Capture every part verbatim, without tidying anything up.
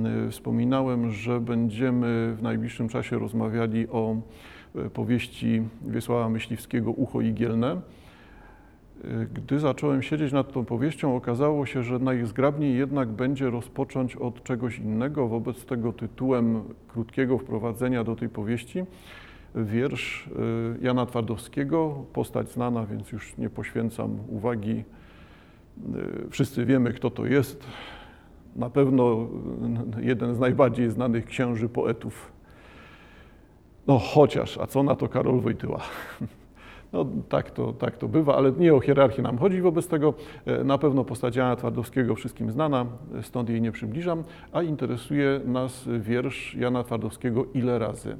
Wspominałem, że będziemy w najbliższym czasie rozmawiali o powieści Wiesława Myśliwskiego „Ucho igielne”. Gdy zacząłem siedzieć nad tą powieścią, okazało się, że najzgrabniej jednak będzie rozpocząć od czegoś innego. Wobec tego tytułem krótkiego wprowadzenia do tej powieści wiersz Jana Twardowskiego, postać znana, więc już nie poświęcam uwagi. Wszyscy wiemy, kto to jest. Na pewno jeden z najbardziej znanych księży poetów. No chociaż, a co na to Karol Wojtyła? No tak to, tak to bywa, ale nie o hierarchię nam chodzi, wobec tego na pewno postać Jana Twardowskiego wszystkim znana, stąd jej nie przybliżam, a interesuje nas wiersz Jana Twardowskiego „Ile razy”.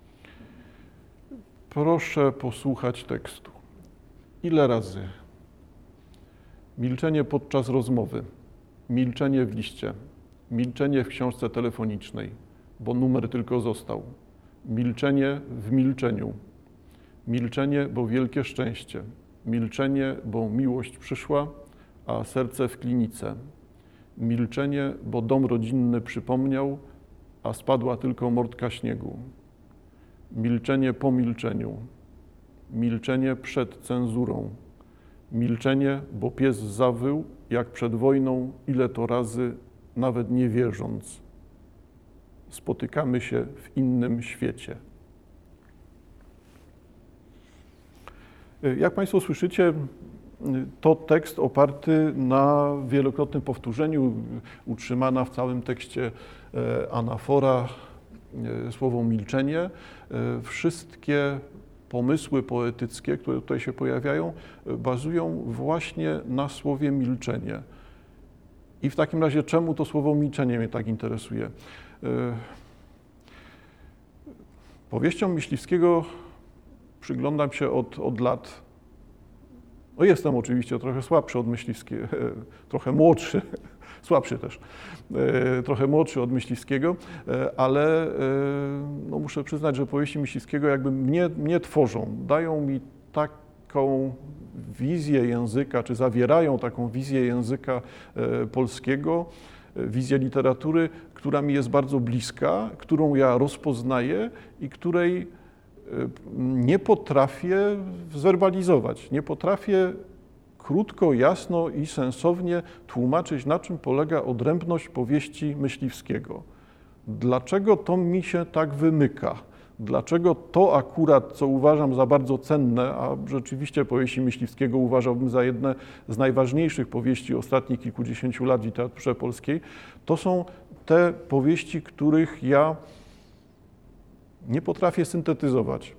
Proszę posłuchać tekstu. Ile razy? Milczenie podczas rozmowy, milczenie w liście, milczenie w książce telefonicznej, bo numer tylko został, milczenie w milczeniu, milczenie, bo wielkie szczęście, milczenie, bo miłość przyszła, a serce w klinice, milczenie, bo dom rodzinny przypomniał, a spadła tylko mordka śniegu, milczenie po milczeniu, milczenie przed cenzurą, milczenie, bo pies zawył, jak przed wojną, ile to razy, nawet nie wierząc. Spotykamy się w innym świecie. Jak Państwo słyszycie, to tekst oparty na wielokrotnym powtórzeniu, utrzymana w całym tekście anafora, słowo milczenie. Wszystkie pomysły poetyckie, które tutaj się pojawiają, bazują właśnie na słowie milczenie. I w takim razie czemu to słowo milczenie mnie tak interesuje? Powieściom Myśliwskiego przyglądam się od, od lat. No jestem oczywiście trochę słabszy od Myśliwskiego, trochę młodszy, słabszy też, trochę młodszy od Myśliwskiego, ale no muszę przyznać, że powieści Myśliwskiego jakby mnie, mnie tworzą, dają mi taką wizję języka, czy zawierają taką wizję języka polskiego, wizję literatury, która mi jest bardzo bliska, którą ja rozpoznaję i której nie potrafię zwerbalizować, nie potrafię krótko, jasno i sensownie tłumaczyć, na czym polega odrębność powieści Myśliwskiego. Dlaczego to mi się tak wymyka? Dlaczego to akurat, co uważam za bardzo cenne, a rzeczywiście powieści Myśliwskiego uważałbym za jedne z najważniejszych powieści ostatnich kilkudziesięciu lat w literaturze polskiej, to są te powieści, których ja nie potrafię syntetyzować.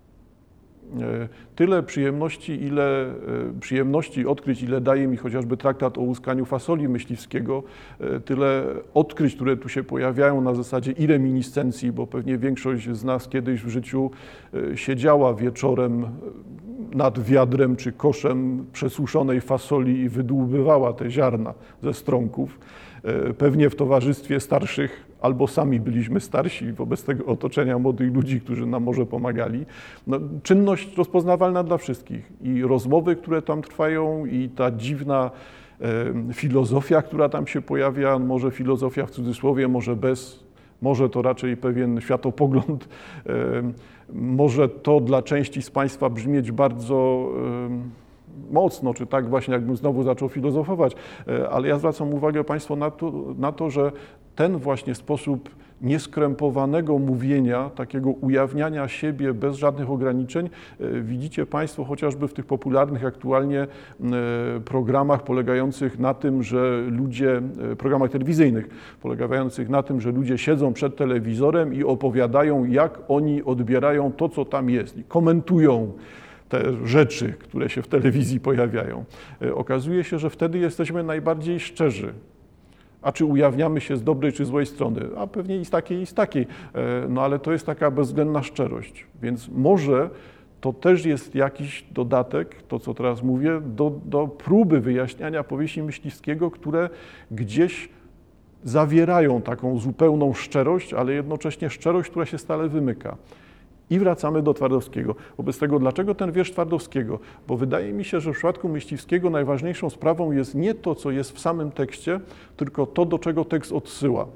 Tyle przyjemności, ile przyjemności odkryć, ile daje mi chociażby traktat o łuskaniu fasoli Myśliwskiego, tyle odkryć, które tu się pojawiają na zasadzie i reminiscencji, bo pewnie większość z nas kiedyś w życiu siedziała wieczorem nad wiadrem czy koszem przesuszonej fasoli i wydłubywała te ziarna ze strąków, pewnie w towarzystwie starszych, albo sami byliśmy starsi wobec tego otoczenia młodych ludzi, którzy nam może pomagali. No, czynność rozpoznawalna dla wszystkich i rozmowy, które tam trwają, i ta dziwna e, filozofia, która tam się pojawia, może filozofia w cudzysłowie, może bez, może to raczej pewien światopogląd, e, może to dla części z Państwa brzmieć bardzo e, mocno, czy tak właśnie jakbym znowu zaczął filozofować, e, ale ja zwracam uwagę Państwu na to, na to, że ten właśnie sposób nieskrępowanego mówienia, takiego ujawniania siebie bez żadnych ograniczeń, widzicie Państwo chociażby w tych popularnych aktualnie programach polegających na tym, że ludzie, programach telewizyjnych polegających na tym, że ludzie siedzą przed telewizorem i opowiadają, jak oni odbierają to, co tam jest, i komentują te rzeczy, które się w telewizji pojawiają. Okazuje się, że wtedy jesteśmy najbardziej szczerzy. A czy ujawniamy się z dobrej czy złej strony? A pewnie i z takiej, i z takiej. No ale to jest taka bezwzględna szczerość. Więc może to też jest jakiś dodatek, to co teraz mówię, do, do próby wyjaśniania powieści Myśliwskiego, które gdzieś zawierają taką zupełną szczerość, ale jednocześnie szczerość, która się stale wymyka. I wracamy do Twardowskiego. Wobec tego, dlaczego ten wiersz Twardowskiego? Bo wydaje mi się, że w przypadku Myśliwskiego najważniejszą sprawą jest nie to, co jest w samym tekście, tylko to, do czego tekst odsyła.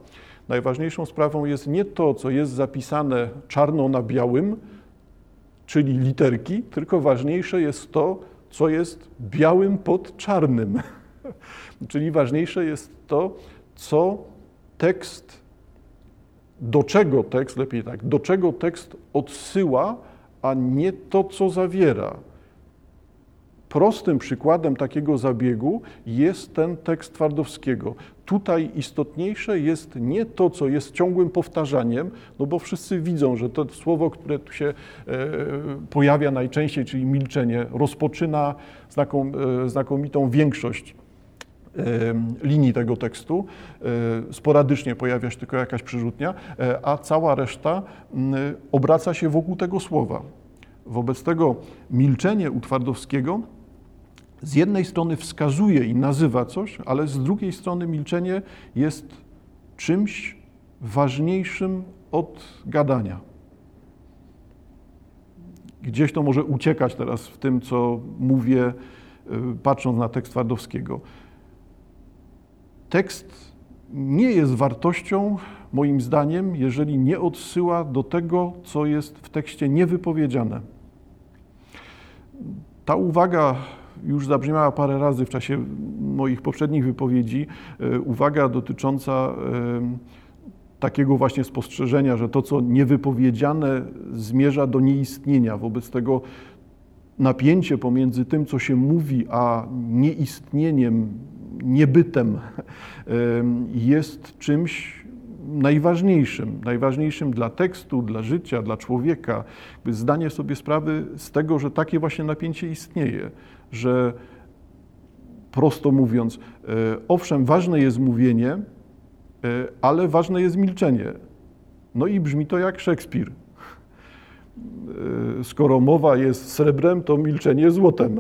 Najważniejszą sprawą jest nie to, co jest zapisane czarno na białym, czyli literki, tylko ważniejsze jest to, co jest białym pod czarnym. Czyli ważniejsze jest to, co tekst, do czego tekst, lepiej tak, do czego tekst odsyła, a nie to, co zawiera. Prostym przykładem takiego zabiegu jest ten tekst Twardowskiego. Tutaj istotniejsze jest nie to, co jest ciągłym powtarzaniem, no bo wszyscy widzą, że to słowo, które tu się e, pojawia najczęściej, czyli milczenie, rozpoczyna znakom, e, znakomitą większość e, linii tego tekstu. E, sporadycznie pojawia się tylko jakaś przyrzutnia, e, a cała reszta m, obraca się wokół tego słowa. Wobec tego milczenie u Twardowskiego z jednej strony wskazuje i nazywa coś, ale z drugiej strony milczenie jest czymś ważniejszym od gadania. Gdzieś to może uciekać teraz w tym, co mówię, patrząc na tekst Twardowskiego. Tekst nie jest wartością, moim zdaniem, jeżeli nie odsyła do tego, co jest w tekście niewypowiedziane. Ta uwaga już zabrzmiała parę razy w czasie moich poprzednich wypowiedzi. Uwaga dotycząca takiego właśnie spostrzeżenia, że to, co niewypowiedziane, zmierza do nieistnienia. Wobec tego napięcie pomiędzy tym, co się mówi, a nieistnieniem, niebytem jest czymś najważniejszym, najważniejszym dla tekstu, dla życia, dla człowieka. Zdanie sobie sprawy z tego, że takie właśnie napięcie istnieje, że prosto mówiąc, owszem, ważne jest mówienie, ale ważne jest milczenie. No i brzmi to jak Szekspir. Skoro mowa jest srebrem, to milczenie złotem.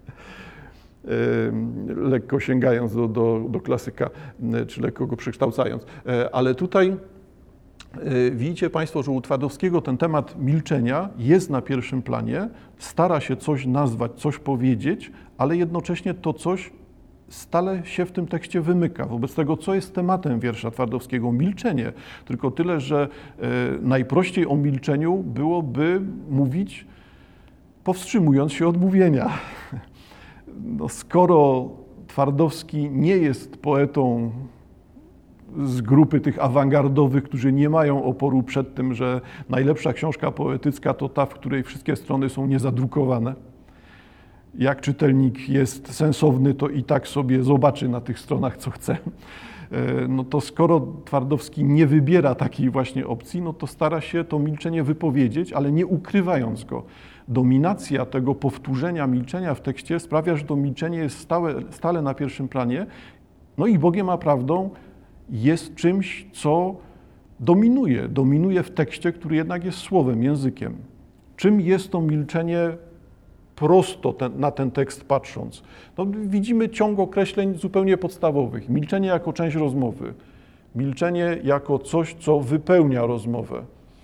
Lekko sięgając do, do, do klasyka, czy lekko go przekształcając. Ale tutaj widzicie Państwo, że u Twardowskiego ten temat milczenia jest na pierwszym planie, stara się coś nazwać, coś powiedzieć, ale jednocześnie to coś stale się w tym tekście wymyka. Wobec tego, co jest tematem wiersza Twardowskiego? Milczenie. Tylko tyle, że najprościej o milczeniu byłoby mówić, powstrzymując się od mówienia. No, skoro Twardowski nie jest poetą z grupy tych awangardowych, którzy nie mają oporu przed tym, że najlepsza książka poetycka to ta, w której wszystkie strony są niezadrukowane. Jak czytelnik jest sensowny, to i tak sobie zobaczy na tych stronach, co chce. No to skoro Twardowski nie wybiera takiej właśnie opcji, no to stara się to milczenie wypowiedzieć, ale nie ukrywając go. Dominacja tego powtórzenia milczenia w tekście sprawia, że to milczenie jest stałe, stale na pierwszym planie. No i Bogiem a prawdą jest czymś, co dominuje. Dominuje w tekście, który jednak jest słowem, językiem. Czym jest to milczenie prosto ten, na ten tekst patrząc? No, widzimy ciąg określeń zupełnie podstawowych. Milczenie jako część rozmowy. Milczenie jako coś, co wypełnia rozmowę.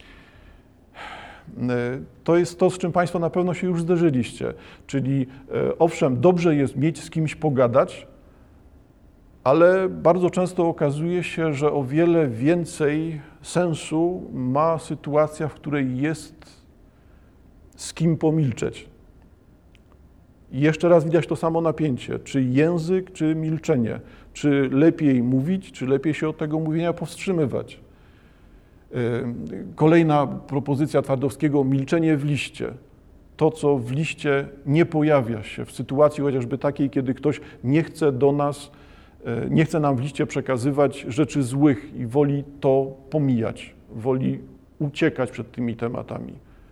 To jest to, z czym Państwo na pewno się już zderzyliście. Czyli owszem, dobrze jest mieć z kimś pogadać, ale bardzo często okazuje się, że o wiele więcej sensu ma sytuacja, w której jest z kim pomilczeć. I jeszcze raz widać to samo napięcie, czy język, czy milczenie, czy lepiej mówić, czy lepiej się od tego mówienia powstrzymywać. Kolejna propozycja Twardowskiego, milczenie w liście. To, co w liście nie pojawia się w sytuacji chociażby takiej, kiedy ktoś nie chce do nas, nie chce nam w liście przekazywać rzeczy złych i woli to pomijać, woli uciekać przed tymi tematami.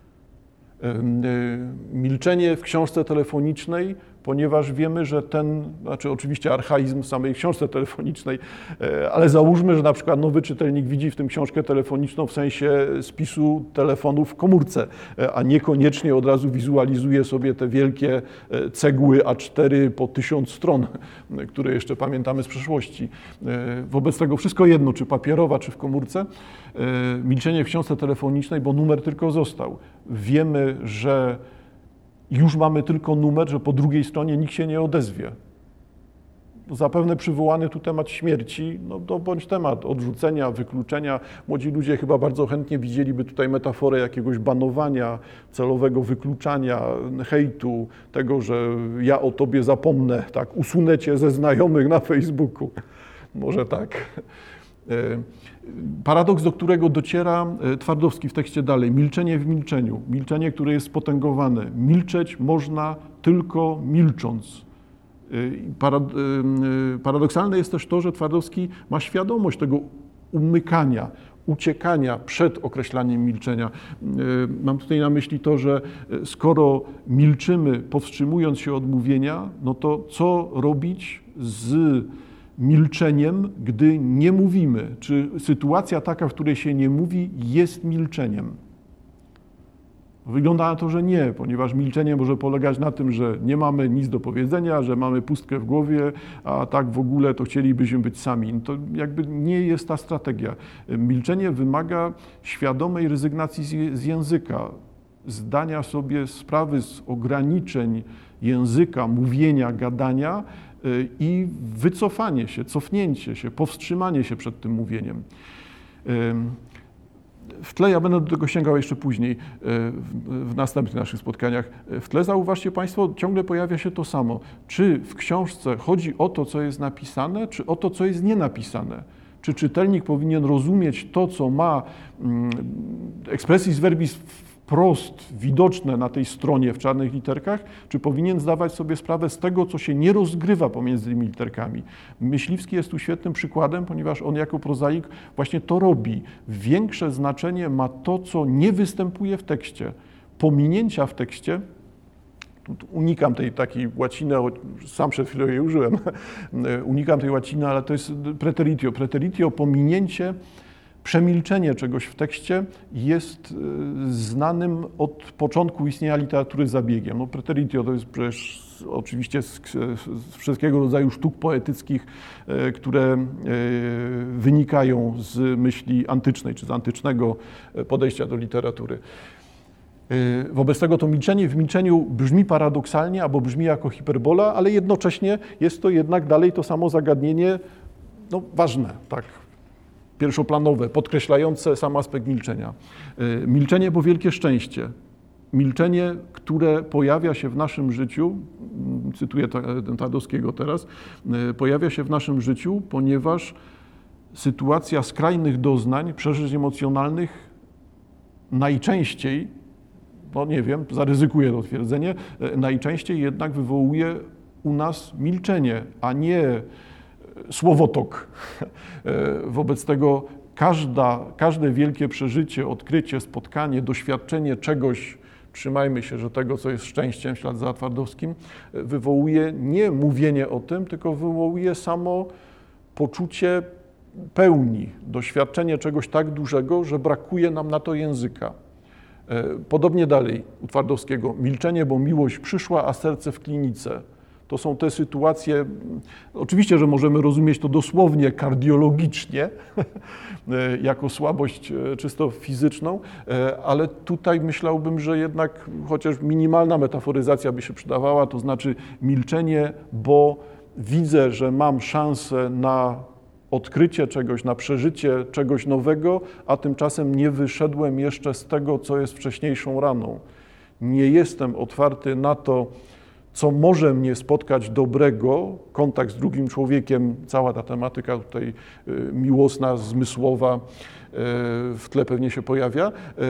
Milczenie w książce telefonicznej, ponieważ wiemy, że ten, znaczy oczywiście archaizm w samej książce telefonicznej, ale załóżmy, że na przykład nowy czytelnik widzi w tym książkę telefoniczną w sensie spisu telefonu w komórce, a niekoniecznie od razu wizualizuje sobie te wielkie cegły A cztery po tysiąc stron, które jeszcze pamiętamy z przeszłości. Wobec tego wszystko jedno, czy papierowa, czy w komórce, milczenie w książce telefonicznej, bo numer tylko został. Wiemy, że już mamy tylko numer, że po drugiej stronie nikt się nie odezwie. zapewne przywołany tu temat śmierci, no to bądź temat odrzucenia, wykluczenia. Młodzi ludzie chyba bardzo chętnie widzieliby tutaj metaforę jakiegoś banowania, celowego wykluczania, hejtu, tego, że ja o tobie zapomnę, tak, usunę cię ze znajomych na Facebooku. Może tak. Paradoks, do którego dociera Twardowski w tekście dalej. Milczenie w milczeniu. Milczenie, które jest spotęgowane. Milczeć można tylko milcząc. Paradoksalne jest też to, że Twardowski ma świadomość tego umykania, uciekania przed określaniem milczenia. Mam tutaj na myśli to, że skoro milczymy, powstrzymując się od mówienia, no to co robić z milczeniem, gdy nie mówimy? Czy sytuacja taka, w której się nie mówi, jest milczeniem? Wygląda na to, że nie, ponieważ milczenie może polegać na tym, że nie mamy nic do powiedzenia, że mamy pustkę w głowie, a tak w ogóle to chcielibyśmy być sami. To jakby nie jest ta strategia. Milczenie wymaga świadomej rezygnacji z, z języka, zdania sobie sprawy z ograniczeń języka, mówienia, gadania i wycofanie się, cofnięcie się, powstrzymanie się przed tym mówieniem. W tle, ja będę do tego sięgał jeszcze później, w następnych naszych spotkaniach. W tle, zauważcie Państwo, ciągle pojawia się to samo. Czy w książce chodzi o to, co jest napisane, czy o to, co jest nienapisane? Czy czytelnik powinien rozumieć to, co ma expressis verbis wprost widoczne na tej stronie w czarnych literkach, czy powinien zdawać sobie sprawę z tego, co się nie rozgrywa pomiędzy tymi literkami. Myśliwski jest tu świetnym przykładem, ponieważ on jako prozaik właśnie to robi. Większe znaczenie ma to, co nie występuje w tekście. Pominięcia w tekście, tu unikam tej takiej łaciny, sam przed chwilą jej użyłem, unikam tej łaciny, ale to jest preteritio. Preteritio, pominięcie, przemilczenie czegoś w tekście jest znanym od początku istnienia literatury zabiegiem. No, preteritio to jest przecież oczywiście z, z wszystkiego rodzaju sztuk poetyckich, które wynikają z myśli antycznej, czy z antycznego podejścia do literatury. Wobec tego to milczenie w milczeniu brzmi paradoksalnie albo brzmi jako hiperbola, ale jednocześnie jest to jednak dalej to samo zagadnienie, no, ważne, tak, pierwszoplanowe, podkreślające sam aspekt milczenia. Milczenie, bo wielkie szczęście. Milczenie, które pojawia się w naszym życiu, cytuję Twardowskiego teraz, pojawia się w naszym życiu, ponieważ sytuacja skrajnych doznań, przeżyć emocjonalnych najczęściej, no nie wiem, zaryzykuję to twierdzenie, najczęściej jednak wywołuje u nas milczenie, a nie słowotok. Wobec tego każda, każde wielkie przeżycie, odkrycie, spotkanie, doświadczenie czegoś, trzymajmy się, że tego, co jest szczęściem, w ślad za Twardowskim, wywołuje nie mówienie o tym, tylko wywołuje samo poczucie pełni, doświadczenie czegoś tak dużego, że brakuje nam na to języka. Podobnie dalej u Twardowskiego. Milczenie, bo miłość przyszła, a serce w klinice. To są te sytuacje, oczywiście, że możemy rozumieć to dosłownie, kardiologicznie, jako słabość czysto fizyczną, ale tutaj myślałbym, że jednak chociaż minimalna metaforyzacja by się przydawała, to znaczy milczenie, bo widzę, że mam szansę na odkrycie czegoś, na przeżycie czegoś nowego, a tymczasem nie wyszedłem jeszcze z tego, co jest wcześniejszą raną. Nie jestem otwarty na to, co może mnie spotkać dobrego, kontakt z drugim człowiekiem, cała ta tematyka tutaj miłosna, zmysłowa w tle pewnie się pojawia.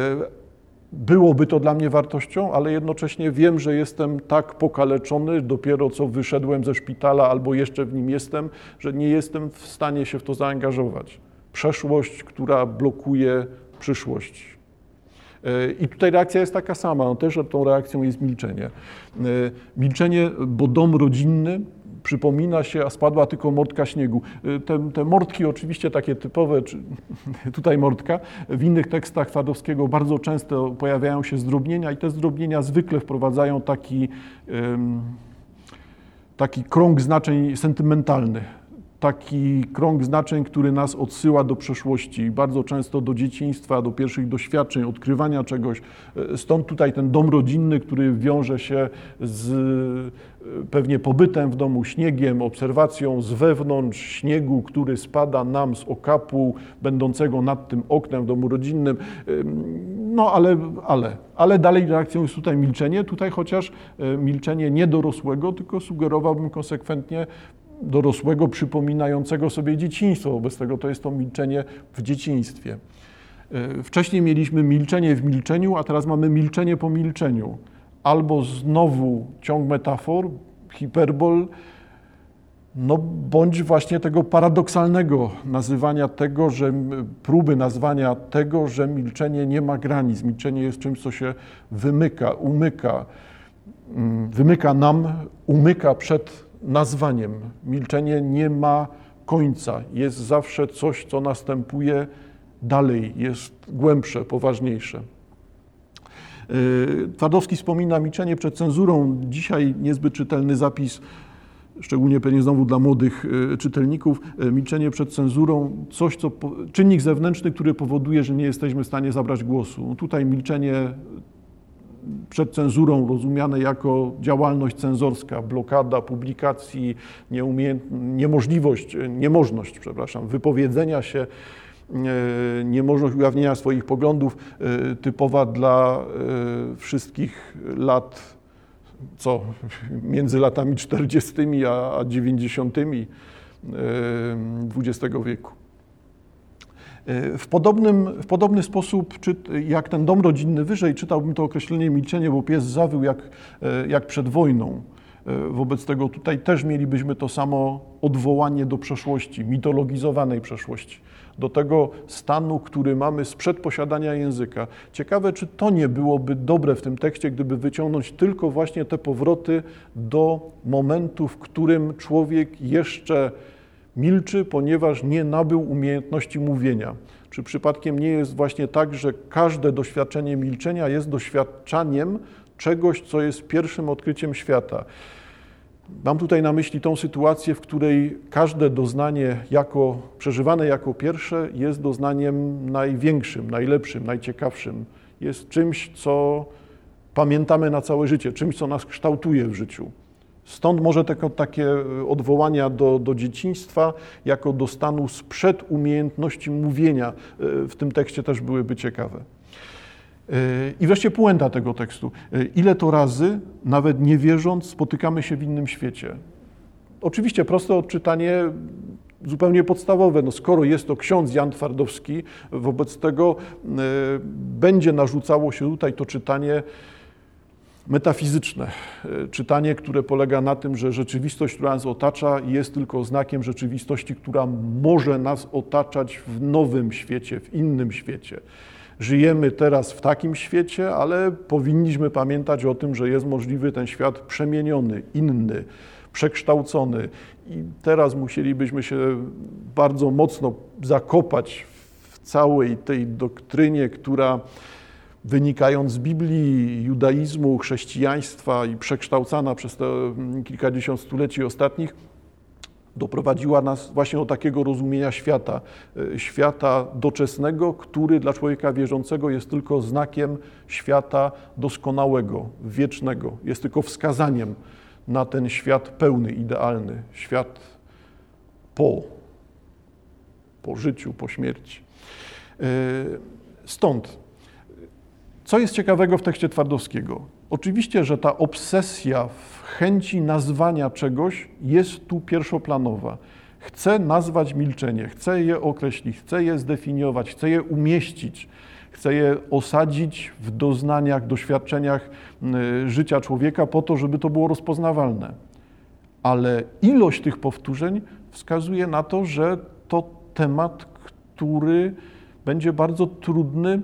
Byłoby to dla mnie wartością, ale jednocześnie wiem, że jestem tak pokaleczony, dopiero co wyszedłem ze szpitala albo jeszcze w nim jestem, że nie jestem w stanie się w to zaangażować. Przeszłość, która blokuje przyszłość. I tutaj reakcja jest taka sama, no też tą reakcją jest milczenie. Milczenie, bo dom rodzinny przypomina się, a spadła tylko mordka śniegu. Te, te mordki oczywiście takie typowe, czy tutaj mordka, w innych tekstach Twardowskiego bardzo często pojawiają się zdrobnienia i te zdrobnienia zwykle wprowadzają taki, taki krąg znaczeń sentymentalnych. taki krąg znaczeń, który nas odsyła do przeszłości, bardzo często do dzieciństwa, do pierwszych doświadczeń, odkrywania czegoś. Stąd tutaj ten dom rodzinny, który wiąże się z pewnie pobytem w domu, śniegiem, obserwacją z wewnątrz śniegu, który spada nam z okapu będącego nad tym oknem w domu rodzinnym. No ale, ale, ale dalej reakcją jest tutaj milczenie, tutaj chociaż milczenie nie dorosłego, tylko sugerowałbym konsekwentnie dorosłego przypominającego sobie dzieciństwo. Wobec tego to jest to milczenie w dzieciństwie. Wcześniej mieliśmy milczenie w milczeniu, a teraz mamy milczenie po milczeniu. Albo znowu ciąg metafor, hiperbol, no bądź właśnie tego paradoksalnego nazywania tego, że próby nazwania tego, że milczenie nie ma granic. Milczenie jest czymś, co się wymyka, umyka, wymyka nam, umyka przed nazwaniem. Milczenie nie ma końca, jest zawsze coś, co następuje dalej, jest głębsze, poważniejsze. Twardowski wspomina milczenie przed cenzurą. Dzisiaj niezbyt czytelny zapis, szczególnie pewnie znowu dla młodych czytelników. Milczenie przed cenzurą, coś, co, czynnik zewnętrzny, który powoduje, że nie jesteśmy w stanie zabrać głosu. Tutaj milczenie przed cenzurą rozumiane jako działalność cenzorska, blokada publikacji, niemożliwość, niemożność, przepraszam, wypowiedzenia się, niemożność ujawnienia swoich poglądów, typowa dla wszystkich lat, co między latami czterdziestymi a dziewięćdziesiątymi dwudziestego wieku. W, podobnym, w podobny sposób, czy, jak ten dom rodzinny wyżej, czytałbym to określenie milczenie, bo pies zawył jak, jak przed wojną. Wobec tego tutaj też mielibyśmy to samo odwołanie do przeszłości, mitologizowanej przeszłości, do tego stanu, który mamy sprzed posiadania języka. Ciekawe, czy to nie byłoby dobre w tym tekście, gdyby wyciągnąć tylko właśnie te powroty do momentu, w którym człowiek jeszcze milczy, ponieważ nie nabył umiejętności mówienia. Czy przypadkiem nie jest właśnie tak, że każde doświadczenie milczenia jest doświadczaniem czegoś, co jest pierwszym odkryciem świata? Mam tutaj na myśli tą sytuację, w której każde doznanie jako, przeżywane jako pierwsze jest doznaniem największym, najlepszym, najciekawszym. Jest czymś, co pamiętamy na całe życie, czymś, co nas kształtuje w życiu. Stąd może te, takie odwołania do, do dzieciństwa jako do stanu sprzed umiejętności mówienia w tym tekście też byłyby ciekawe. I wreszcie puenta tego tekstu. Ile to razy, nawet nie wierząc, spotykamy się w innym świecie? Oczywiście proste odczytanie, zupełnie podstawowe. No skoro jest to ksiądz Jan Twardowski, wobec tego będzie narzucało się tutaj to czytanie metafizyczne. Czytanie, które polega na tym, że rzeczywistość, która nas otacza, jest tylko znakiem rzeczywistości, która może nas otaczać w nowym świecie, w innym świecie. Żyjemy teraz w takim świecie, ale powinniśmy pamiętać o tym, że jest możliwy ten świat przemieniony, inny, przekształcony. I teraz musielibyśmy się bardzo mocno zakopać w całej tej doktrynie, która wynikając z Biblii, judaizmu, chrześcijaństwa i przekształcana przez te kilkadziesiąt stuleci ostatnich, doprowadziła nas właśnie do takiego rozumienia świata, świata doczesnego, który dla człowieka wierzącego jest tylko znakiem świata doskonałego, wiecznego, jest tylko wskazaniem na ten świat pełny, idealny, świat po, po życiu, po śmierci. Stąd, co jest ciekawego w tekście Twardowskiego? Oczywiście, że ta obsesja w chęci nazwania czegoś jest tu pierwszoplanowa. Chcę nazwać milczenie, chcę je określić, chcę je zdefiniować, chcę je umieścić, chcę je osadzić w doznaniach, doświadczeniach życia człowieka po to, żeby to było rozpoznawalne. Ale ilość tych powtórzeń wskazuje na to, że to temat, który będzie bardzo trudny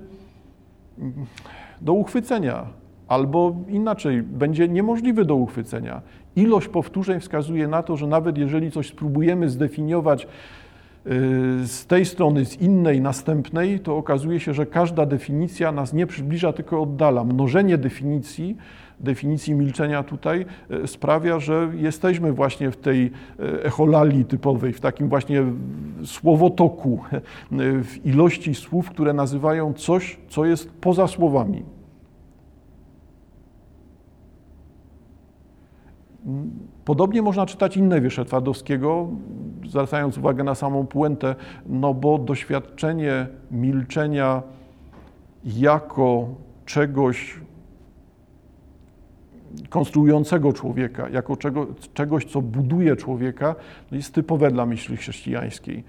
do uchwycenia, albo inaczej, będzie niemożliwy do uchwycenia. Ilość powtórzeń wskazuje na to, że nawet jeżeli coś spróbujemy zdefiniować Z tej strony, z innej, następnej, to okazuje się, że każda definicja nas nie przybliża, tylko oddala. Mnożenie definicji, definicji milczenia tutaj sprawia, że jesteśmy właśnie w tej echolalii typowej, w takim właśnie słowotoku, w ilości słów, które nazywają coś, co jest poza słowami. Podobnie można czytać inne wiersze Twardowskiego, zwracając uwagę na samą puentę, no bo doświadczenie milczenia jako czegoś konstruującego człowieka, jako czego, czegoś, co buduje człowieka, jest typowe dla myśli chrześcijańskiej.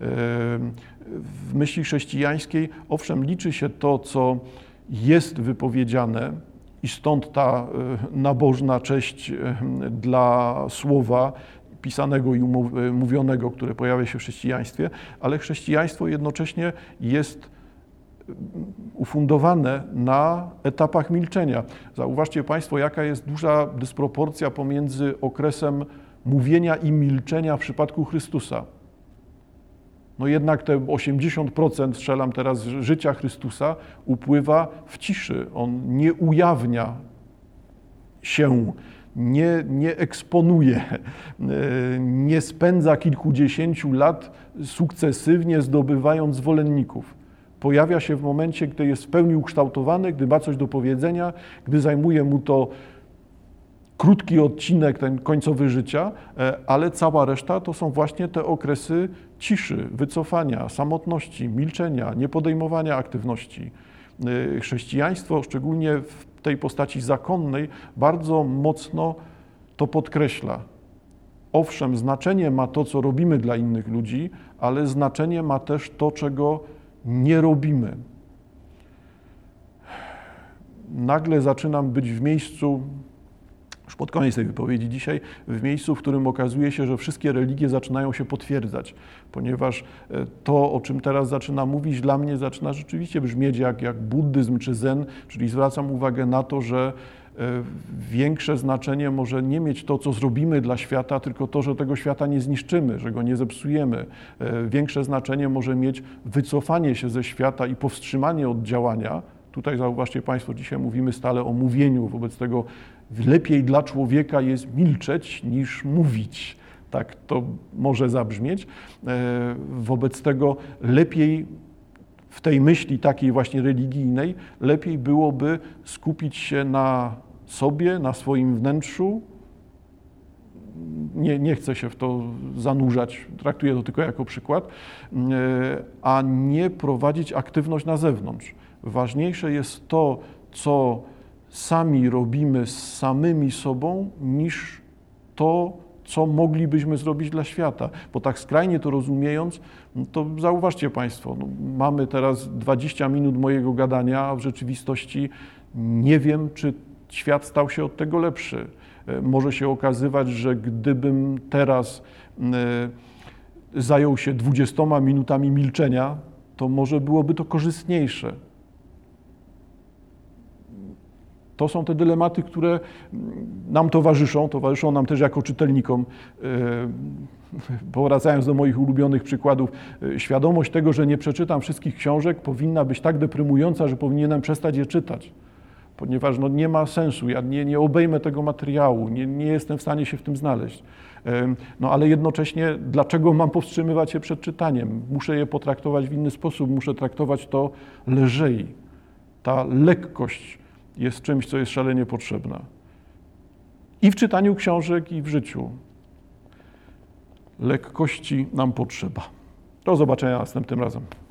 W myśli chrześcijańskiej, owszem, liczy się to, co jest wypowiedziane, i stąd ta nabożna cześć dla słowa pisanego i mówionego, które pojawia się w chrześcijaństwie, ale chrześcijaństwo jednocześnie jest ufundowane na etapach milczenia. Zauważcie Państwo, jaka jest duża dysproporcja pomiędzy okresem mówienia i milczenia w przypadku Chrystusa. No jednak te osiemdziesiąt procent, strzelam teraz, życia Chrystusa upływa w ciszy. On nie ujawnia się, nie, nie eksponuje, nie spędza kilkudziesięciu lat sukcesywnie zdobywając zwolenników. Pojawia się w momencie, gdy jest w pełni ukształtowany, gdy ma coś do powiedzenia, gdy zajmuje mu to krótki odcinek, ten końcowy życia, ale cała reszta to są właśnie te okresy ciszy, wycofania, samotności, milczenia, niepodejmowania aktywności. Chrześcijaństwo, szczególnie w tej postaci zakonnej, bardzo mocno to podkreśla. Owszem, znaczenie ma to, co robimy dla innych ludzi, ale znaczenie ma też to, czego nie robimy. Nagle zaczynam być w miejscu, już pod koniec tej wypowiedzi dzisiaj, w miejscu, w którym okazuje się, że wszystkie religie zaczynają się potwierdzać, ponieważ to, o czym teraz zaczynam mówić, dla mnie zaczyna rzeczywiście brzmieć jak, jak buddyzm czy zen, czyli zwracam uwagę na to, że większe znaczenie może nie mieć to, co zrobimy dla świata, tylko to, że tego świata nie zniszczymy, że go nie zepsujemy. Większe znaczenie może mieć wycofanie się ze świata i powstrzymanie od działania. Tutaj zauważcie Państwo, dzisiaj mówimy stale o mówieniu, wobec tego lepiej dla człowieka jest milczeć niż mówić. Tak to może zabrzmieć. Wobec tego lepiej w tej myśli takiej właśnie religijnej, lepiej byłoby skupić się na sobie, na swoim wnętrzu. Nie, nie chcę się w to zanurzać, traktuję to tylko jako przykład, a nie prowadzić aktywność na zewnątrz. Ważniejsze jest to, co sami robimy z samymi sobą, niż to, co moglibyśmy zrobić dla świata. Bo tak skrajnie to rozumiejąc, to zauważcie Państwo, no, mamy teraz dwadzieścia minut mojego gadania, a w rzeczywistości nie wiem, czy świat stał się od tego lepszy. Może się okazywać, że gdybym teraz zajął się dwudziestoma minutami milczenia, to może byłoby to korzystniejsze. To są te dylematy, które nam towarzyszą, towarzyszą nam też jako czytelnikom. Powracając do moich ulubionych przykładów, świadomość tego, że nie przeczytam wszystkich książek, powinna być tak deprymująca, że powinienem przestać je czytać. Ponieważ no, nie ma sensu, ja nie, nie obejmę tego materiału, nie, nie jestem w stanie się w tym znaleźć. No ale jednocześnie, dlaczego mam powstrzymywać się przed czytaniem? Muszę je potraktować w inny sposób, muszę traktować to lżej. Ta lekkość jest czymś, co jest szalenie potrzebne. I w czytaniu książek, i w życiu. Lekkości nam potrzeba. Do zobaczenia następnym razem.